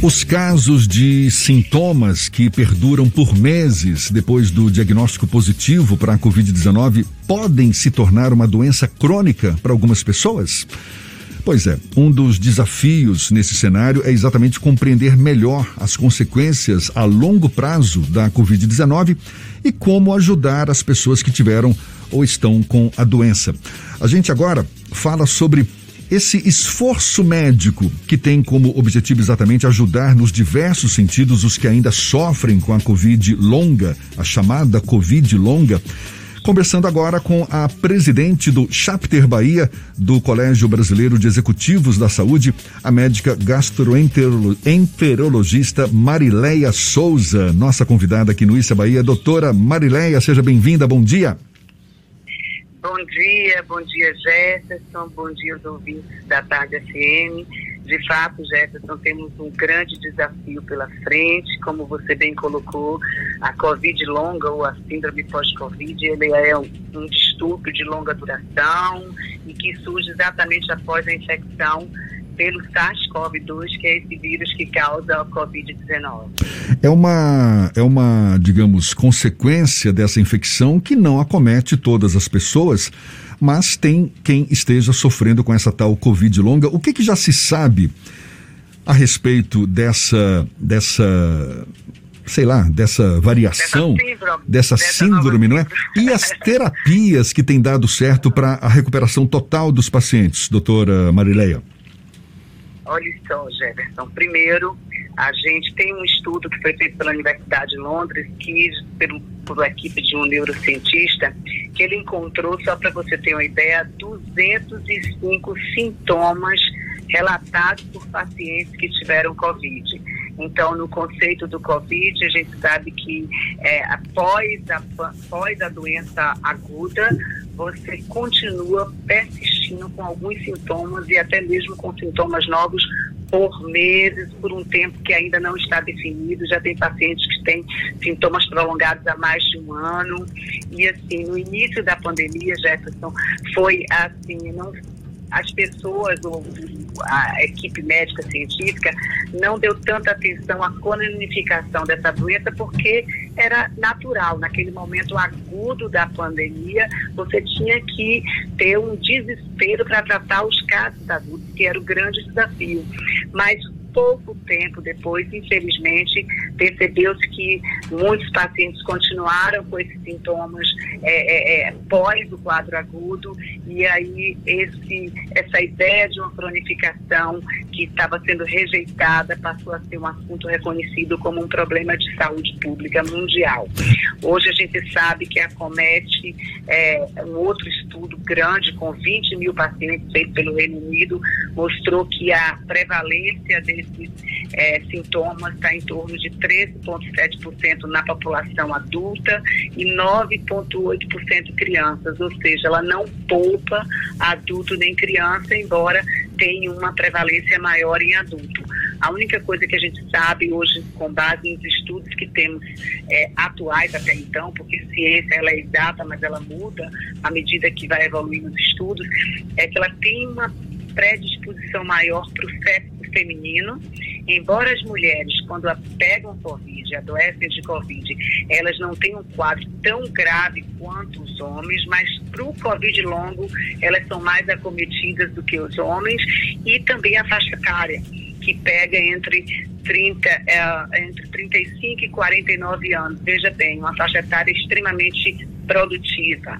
Os casos de sintomas que perduram por meses depois do diagnóstico positivo para a Covid-19 podem se tornar uma doença crônica para algumas pessoas? Pois é, um dos desafios nesse cenário é exatamente compreender melhor as consequências a longo prazo da Covid-19 e como ajudar as pessoas que tiveram ou estão com a doença. A gente agora fala sobre esse esforço médico que tem como objetivo exatamente ajudar nos diversos sentidos os que ainda sofrem com a Covid longa, a chamada Covid longa. Conversando agora com a presidente do Chapter Bahia, do Colégio Brasileiro de Executivos da Saúde, a médica gastroenterologista Marileia Souza, nossa convidada aqui no Issa Bahia. Doutora Marileia, seja bem-vinda, bom dia. Bom dia Jefferson, bom dia aos ouvintes da Tarde FM. De fato, Jefferson, temos um grande desafio pela frente, como você bem colocou, a Covid longa ou a síndrome pós-Covid, ele é um distúrbio de longa duração e que surge exatamente após a infecção pelo SARS-CoV-2, que é esse vírus que causa a Covid-19. É uma, digamos, consequência dessa infecção que não acomete todas as pessoas, mas tem quem esteja sofrendo com essa tal Covid longa. O que já se sabe a respeito dessa variação, dessa síndrome, não é? E as terapias que têm dado certo para a recuperação total dos pacientes, doutora Marileia? Olha só, Jefferson, primeiro, a gente tem um estudo que foi feito pela Universidade de Londres, por uma equipe de um neurocientista, que ele encontrou, só para você ter uma ideia, 205 sintomas relatados por pacientes que tiveram Covid. Então, no conceito do Covid, a gente sabe que após a doença aguda, você continua persistindo com alguns sintomas e até mesmo com sintomas novos por meses, por um tempo que ainda não está definido. Já tem pacientes que têm sintomas prolongados há mais de um ano. E assim, no início da pandemia, Jefferson, foi assim, as pessoas, a equipe médica científica, não deu tanta atenção à cronificação dessa doença porque era natural. Naquele momento agudo da pandemia, você tinha que ter um desespero para tratar os casos adultos, que era o grande desafio. Mas pouco tempo depois, infelizmente, percebeu-se que muitos pacientes continuaram com esses sintomas pós o quadro agudo, e aí essa ideia de uma cronificação que estava sendo rejeitada passou a ser um assunto reconhecido como um problema de saúde pública mundial. Hoje a gente sabe que acomete um outro estudo grande com 20 mil pacientes feito pelo Reino Unido, mostrou que a prevalência desses sintomas está em torno de 13,7% na população adulta e 9,8% crianças, ou seja, ela não poupa adulto nem criança, embora tenha uma prevalência maior em adulto. A única coisa que a gente sabe hoje, com base nos estudos que temos atuais até então, porque ciência ela é exata, mas ela muda à medida que vai evoluindo os estudos, é que ela tem uma predisposição maior para o sexo feminino, embora as mulheres, quando pegam Covid, adoecem de Covid, elas não têm um quadro tão grave quanto os homens, mas para o Covid longo, elas são mais acometidas do que os homens, e também a faixa etária, que pega entre 35 e 49 anos. Veja bem, uma faixa etária extremamente produtiva,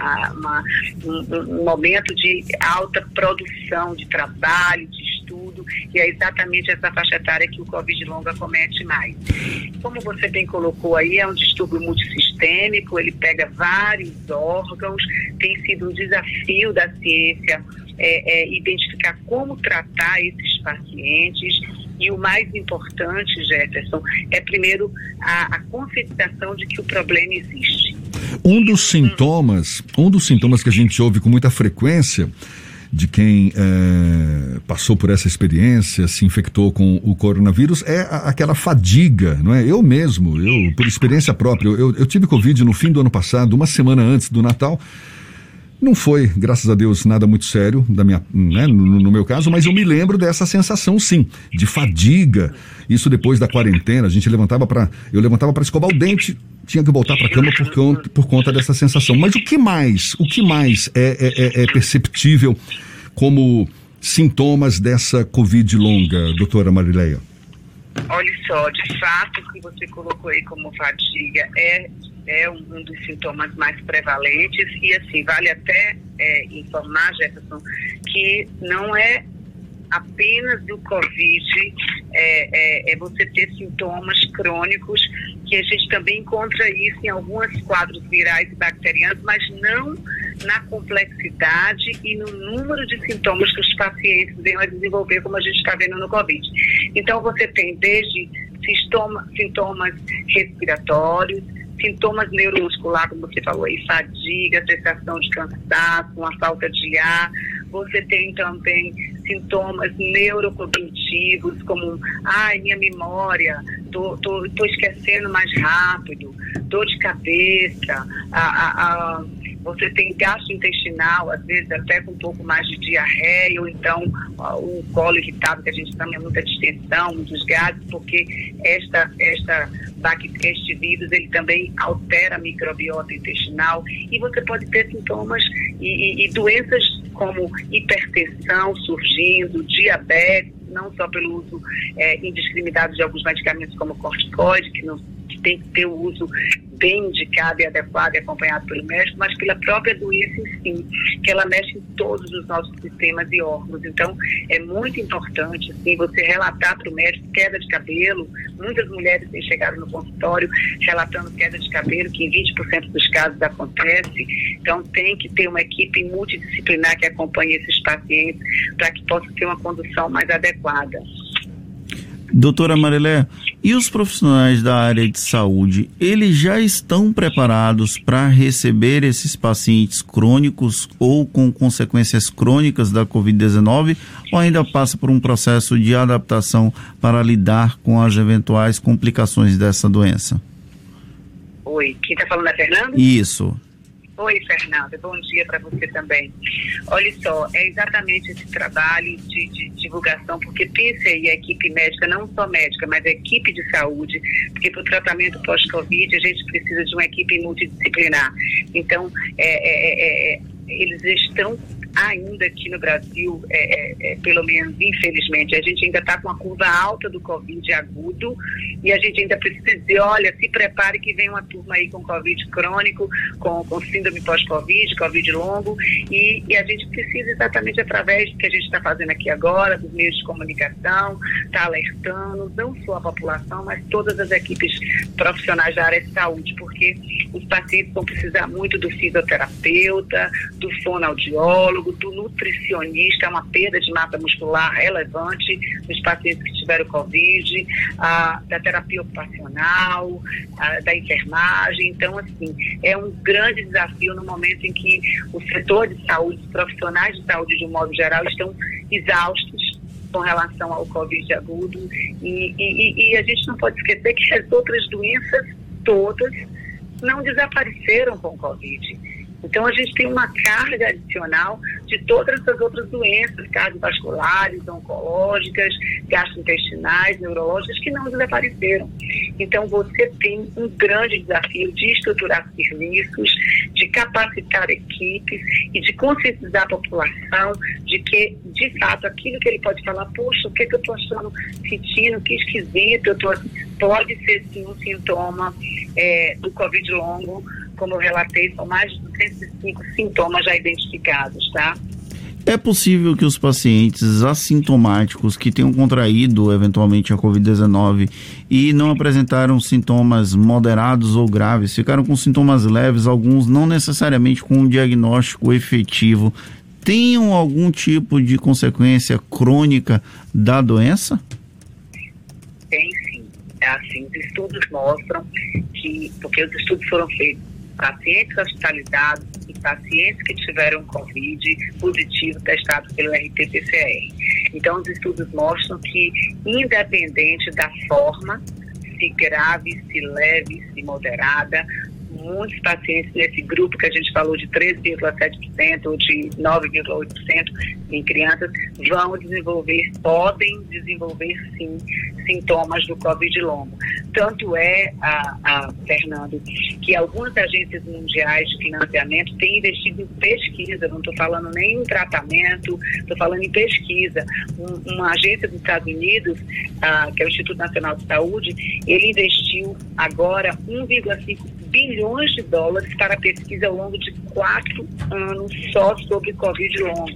um momento de alta produção de trabalho, de estudo, e é exatamente essa faixa etária que o Covid longo acomete mais. Como você bem colocou aí, é um distúrbio multissistêmico, ele pega vários órgãos, tem sido um desafio da ciência identificar como tratar esses pacientes. E o mais importante, Jefferson, é primeiro a conscientização de que o problema existe. Um dos sintomas que a gente ouve com muita frequência de quem passou por essa experiência, se infectou com o coronavírus, é aquela fadiga, não é? Eu mesmo, por experiência própria, eu tive Covid no fim do ano passado, uma semana antes do Natal. Não foi, graças a Deus, nada muito sério no meu caso, mas eu me lembro dessa sensação, sim, de fadiga. Isso depois da quarentena, eu levantava para escovar o dente, tinha que voltar para a cama por conta dessa sensação. Mas o que mais é perceptível como sintomas dessa Covid longa, doutora Marileia? Olha só, de fato, o que você colocou aí como fadiga é um dos sintomas mais prevalentes e, assim, vale até informar, Jefferson, que não é apenas do Covid, é você ter sintomas crônicos, que a gente também encontra isso em alguns quadros virais e bacterianos, mas não na complexidade e no número de sintomas que os pacientes vêm a desenvolver, como a gente está vendo no Covid. Então, você tem desde sintomas respiratórios, sintomas neuromusculares, como você falou aí, fadiga, sensação de cansaço, uma falta de ar. Você tem também sintomas neurocognitivos, como, minha memória, tô esquecendo mais rápido, dor de cabeça, você tem gastrointestinal, às vezes até com um pouco mais de diarreia, ou então o colo irritável, que a gente chama muita distensão, muitos gases, porque este vírus, ele também altera a microbiota intestinal, e você pode ter sintomas e doenças como hipertensão surgindo, diabetes, não só pelo uso indiscriminado de alguns medicamentos como corticoide, que tem que ter o uso bem indicado e adequado e acompanhado pelo médico, mas pela própria doença em si, que ela mexe em todos os nossos sistemas e órgãos. Então, é muito importante, assim, você relatar para o médico queda de cabelo. Muitas mulheres têm chegado no consultório relatando queda de cabelo, que em 20% dos casos acontece. Então, tem que ter uma equipe multidisciplinar que acompanhe esses pacientes para que possa ter uma condução mais adequada. Doutora Marileia, e os profissionais da área de saúde, eles já estão preparados para receber esses pacientes crônicos ou com consequências crônicas da Covid-19 ou ainda passa por um processo de adaptação para lidar com as eventuais complicações dessa doença? Oi, quem está falando é Fernando? Isso. Oi, Fernanda, bom dia para você também. Olha só, é exatamente esse trabalho de divulgação, porque pense aí a equipe médica, não só médica, mas a equipe de saúde, porque para o tratamento pós-Covid a gente precisa de uma equipe multidisciplinar. Então, eles estão ainda aqui no Brasil, pelo menos infelizmente, a gente ainda está com a curva alta do Covid agudo e a gente ainda precisa dizer, olha, se prepare que vem uma turma aí com Covid crônico, com síndrome pós-Covid, Covid longo, e a gente precisa exatamente através do que a gente está fazendo aqui agora, dos meios de comunicação, tá alertando não só a população, mas todas as equipes profissionais da área de saúde, porque os pacientes vão precisar muito do fisioterapeuta, do fonoaudiólogo, do nutricionista, uma perda de massa muscular relevante nos pacientes que tiveram Covid, da terapia ocupacional, da enfermagem. Então, assim, é um grande desafio no momento em que o setor de saúde, os profissionais de saúde de um modo geral, estão exaustos com relação ao Covid agudo e a gente não pode esquecer que as outras doenças todas não desapareceram com o Covid. Então, a gente tem uma carga adicional de todas essas outras doenças cardiovasculares, oncológicas, gastrointestinais, neurológicas, que não desapareceram. Então, você tem um grande desafio de estruturar serviços, de capacitar equipes e de conscientizar a população de que, de fato, aquilo que ele pode falar, poxa, o que eu estou sentindo, que esquisito, pode ser sim um sintoma do Covid longo. Como eu relatei, são mais de 205 sintomas já identificados, tá? É possível que os pacientes assintomáticos que tenham contraído eventualmente a Covid-19 e não apresentaram sintomas moderados ou graves, ficaram com sintomas leves, alguns não necessariamente com um diagnóstico efetivo, tenham algum tipo de consequência crônica da doença? Tem sim. Assim, os estudos mostram que, porque os estudos foram feitos pacientes hospitalizados e pacientes que tiveram Covid positivo testado pelo RT-PCR. Então, os estudos mostram que, independente da forma, se grave, se leve, se moderada, muitos pacientes nesse grupo que a gente falou de 13,7% ou de 9,8% em crianças podem desenvolver sim sintomas do Covid longo. Tanto é, Fernando, que algumas agências mundiais de financiamento têm investido em pesquisa, não estou falando nem em tratamento, estou falando em pesquisa. Uma agência dos Estados Unidos, que é o Instituto Nacional de Saúde, ele investiu agora 1,5 bilhões de dólares para pesquisa ao longo de 4 anos só sobre Covid longo.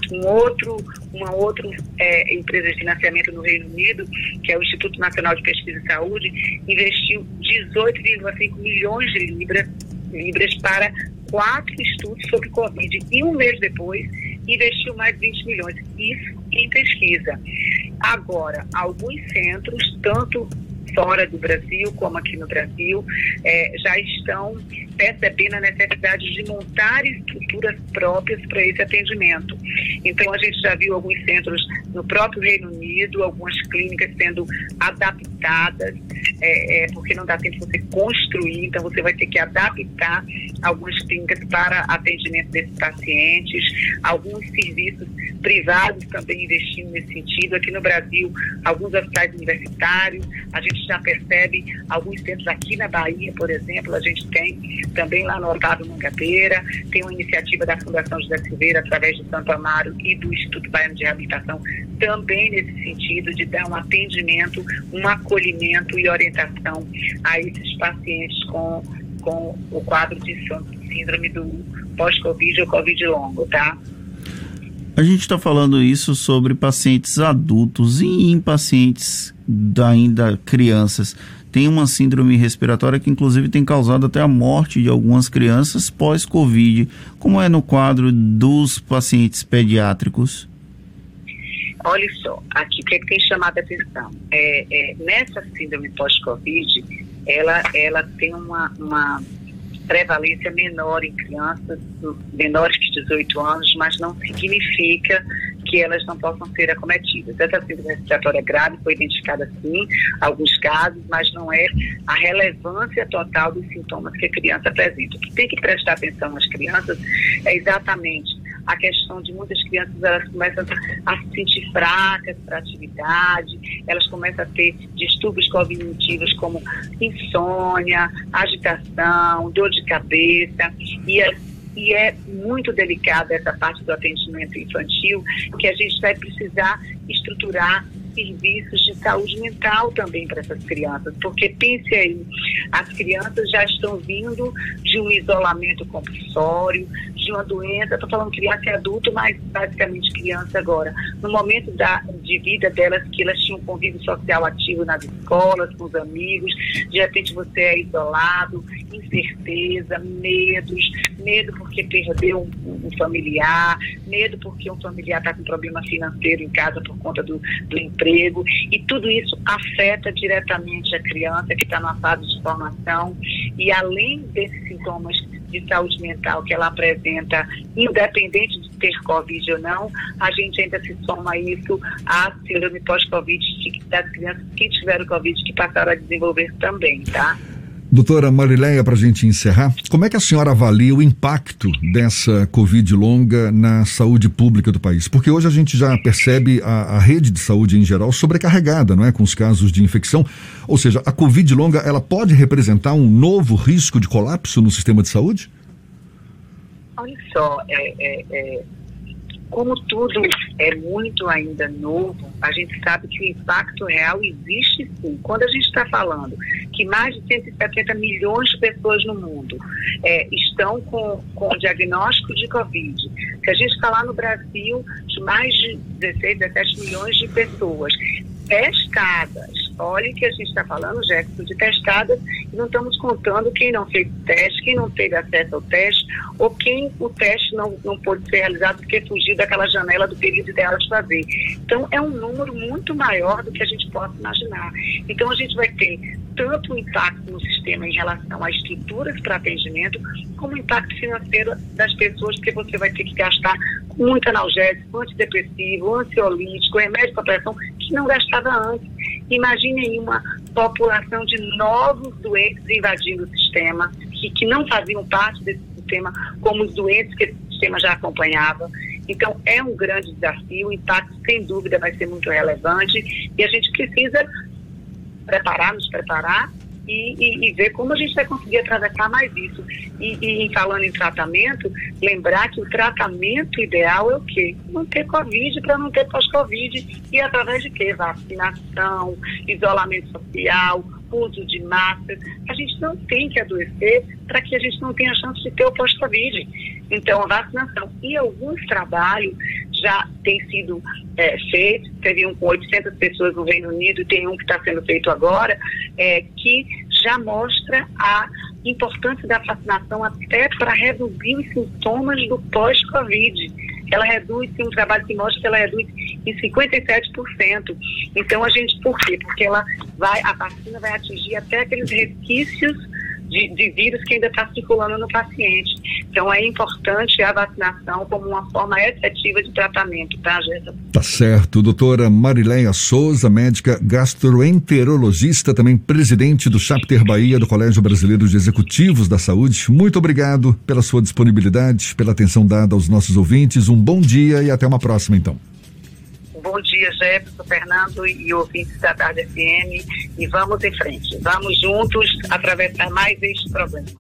Uma outra empresa de financiamento no Reino Unido, que é o Instituto Nacional de Pesquisa e Saúde, investiu 18,5 milhões de libras para 4 estudos sobre Covid. E um mês depois, investiu mais 20 milhões. Isso em pesquisa. Agora, alguns centros, tanto fora do Brasil, como aqui no Brasil, já estão percebendo a necessidade de montar estruturas próprias para esse atendimento. Então, a gente já viu alguns centros no próprio Reino Unido, algumas clínicas sendo adaptadas, porque não dá tempo de você construir, então você vai ter que adaptar algumas clínicas para atendimento desses pacientes, alguns serviços privados também investindo nesse sentido. Aqui no Brasil, alguns hospitais universitários, a gente já percebe alguns centros aqui na Bahia, por exemplo, a gente tem também lá no Otávio Mangabeira, tem uma iniciativa da Fundação José Silveira, através do Santo Amaro e do Instituto Baiano de Reabilitação, também nesse sentido de dar um atendimento, um acolhimento e orientação a esses pacientes com o quadro de síndrome do pós-Covid ou Covid longo, tá? A gente está falando isso sobre pacientes adultos e em pacientes ainda crianças. Tem uma síndrome respiratória que inclusive tem causado até a morte de algumas crianças pós-Covid. Como é no quadro dos pacientes pediátricos? Olha só, aqui o que tem chamado a atenção? Nessa síndrome pós-Covid, ela tem uma prevalência menor em crianças menores que 18 anos, mas não significa que elas não possam ser acometidas. Essa síndrome respiratória grave foi identificada sim, alguns casos, mas não é a relevância total dos sintomas que a criança apresenta. O que tem que prestar atenção às crianças é exatamente a questão de muitas crianças, elas começam a se sentir fracas para atividade, elas começam a ter distúrbios cognitivos como insônia, agitação, dor de cabeça, e é muito delicada essa parte do atendimento infantil, que a gente vai precisar estruturar serviços de saúde mental também para essas crianças, porque pense aí, as crianças já estão vindo de um isolamento compulsório, de uma doença, estou falando criança e adulto, mas basicamente criança agora, no momento de vida delas, que elas tinham um convívio social ativo nas escolas, com os amigos, de repente você é isolado, incerteza, medo porque perdeu um familiar, medo porque um familiar está com problema financeiro em casa por conta do emprego, e tudo isso afeta diretamente a criança que está numa fase de formação, e além desses sintomas de saúde mental que ela apresenta, independente de ter Covid ou não, a gente ainda se soma isso à síndrome pós-Covid das crianças que tiveram Covid, que passaram a desenvolver também, tá? Doutora Marileia, para a gente encerrar, como é que a senhora avalia o impacto dessa Covid longa na saúde pública do país? Porque hoje a gente já percebe a rede de saúde em geral sobrecarregada, não é? Com os casos de infecção. Ou seja, a Covid longa, ela pode representar um novo risco de colapso no sistema de saúde? Olha só, como tudo é muito ainda novo, a gente sabe que o impacto real existe sim. Quando a gente está falando que mais de 170 milhões de pessoas no mundo estão com diagnóstico de Covid, se a gente falar no Brasil de mais de 16, 17 milhões de pessoas testadas, olha que a gente está falando, Jefferson, de testadas, e não estamos contando quem não fez o teste, quem não teve acesso ao teste, ou quem o teste não pôde ser realizado porque fugiu daquela janela do período ideal de fazer. Então, é um número muito maior do que a gente possa imaginar. Então, a gente vai ter tanto o impacto no sistema em relação a estruturas para atendimento, como o impacto financeiro das pessoas, porque você vai ter que gastar com muito analgésico, antidepressivo, ansiolítico, remédio para pressão, que não gastava antes. Imaginem uma população de novos doentes invadindo o sistema, que não faziam parte desse sistema, como os doentes que esse sistema já acompanhava. Então, é um grande desafio, o impacto, sem dúvida, vai ser muito relevante, e a gente precisa nos preparar e ver como a gente vai conseguir atravessar mais isso. E falando em tratamento, lembrar que o tratamento ideal é o quê? Não ter Covid para não ter pós-Covid. E através de quê? Vacinação, isolamento social, uso de máscara. A gente não tem que adoecer para que a gente não tenha chance de ter o pós-Covid. Então, a vacinação e alguns trabalhos já têm sido feitos. Teve um com 800 pessoas no Reino Unido e tem um que está sendo feito agora, que já mostra a importância da vacinação até para reduzir os sintomas do pós-Covid. Ela reduz, tem um trabalho que mostra que ela reduz em 57%. Então, por quê? Porque a vacina vai atingir até aqueles resquícios de vírus que ainda está circulando no paciente. Então, é importante a vacinação como uma forma efetiva de tratamento, tá, Jéssica? Tá certo. Doutora Marileia Souza, médica gastroenterologista, também presidente do Chapter Bahia do Colégio Brasileiro de Executivos da Saúde. Muito obrigado pela sua disponibilidade, pela atenção dada aos nossos ouvintes. Um bom dia e até uma próxima, então. Bom dia, Jefferson, Fernando e ouvintes da Tarde FM, e vamos em frente. Vamos juntos atravessar mais este problema.